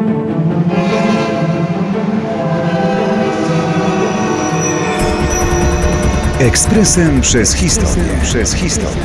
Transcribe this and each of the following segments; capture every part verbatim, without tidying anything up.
Ekspresem przez historię. Przez historię.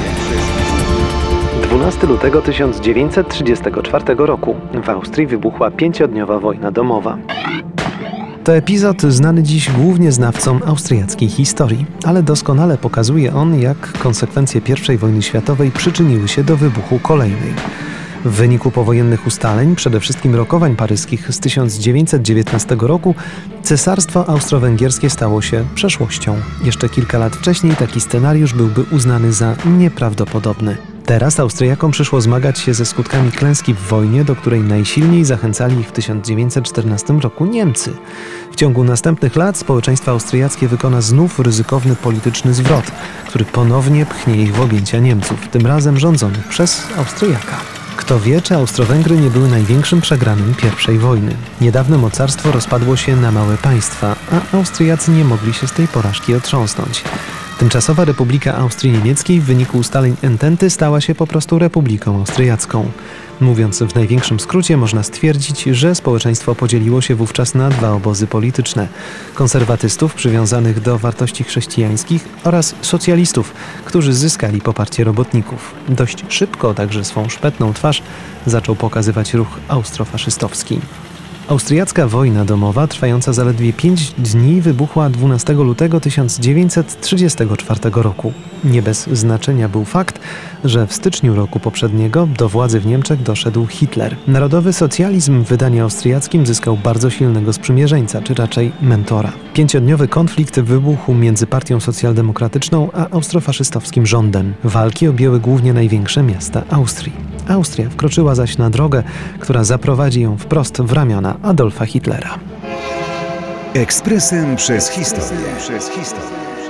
dwunastego lutego tysiąc dziewięćset trzydziestego czwartego roku w Austrii wybuchła pięciodniowa wojna domowa. To epizod znany dziś głównie znawcom austriackiej historii, ale doskonale pokazuje on, jak konsekwencje pierwszej wojny światowej przyczyniły się do wybuchu kolejnej. W wyniku powojennych ustaleń, przede wszystkim rokowań paryskich z tysiąc dziewięćset dziewiętnastego roku, Cesarstwo Austro-Węgierskie stało się przeszłością. Jeszcze kilka lat wcześniej taki scenariusz byłby uznany za nieprawdopodobny. Teraz Austriakom przyszło zmagać się ze skutkami klęski w wojnie, do której najsilniej zachęcali ich w tysiąc dziewięćset czternastym roku Niemcy. W ciągu następnych lat społeczeństwo austriackie wykona znów ryzykowny polityczny zwrot, który ponownie pchnie ich w objęcia Niemców, tym razem rządzonych przez Austriaka. Kto wie, czy Austro-Węgry nie były największym przegranym pierwszej wojny. Niedawne mocarstwo rozpadło się na małe państwa, a Austriacy nie mogli się z tej porażki otrząsnąć. Tymczasowa Republika Austrii Niemieckiej w wyniku ustaleń ententy stała się po prostu Republiką Austriacką. Mówiąc w największym skrócie, można stwierdzić, że społeczeństwo podzieliło się wówczas na dwa obozy polityczne. Konserwatystów przywiązanych do wartości chrześcijańskich oraz socjalistów, którzy zyskali poparcie robotników. Dość szybko także swą szpetną twarz zaczął pokazywać ruch austrofaszystowski. Austriacka wojna domowa, trwająca zaledwie pięć dni, wybuchła dwunastego lutego tysiąc dziewięćset trzydziestego czwartego roku. Nie bez znaczenia był fakt, że w styczniu roku poprzedniego do władzy w Niemczech doszedł Hitler. Narodowy socjalizm w wydaniu austriackim zyskał bardzo silnego sprzymierzeńca, czy raczej mentora. Pięciodniowy konflikt wybuchł między partią socjaldemokratyczną a austrofaszystowskim rządem. Walki objęły głównie największe miasta Austrii. Austria wkroczyła zaś na drogę, która zaprowadzi ją wprost w ramiona Adolfa Hitlera. Ekspresem przez historię. Przez historię.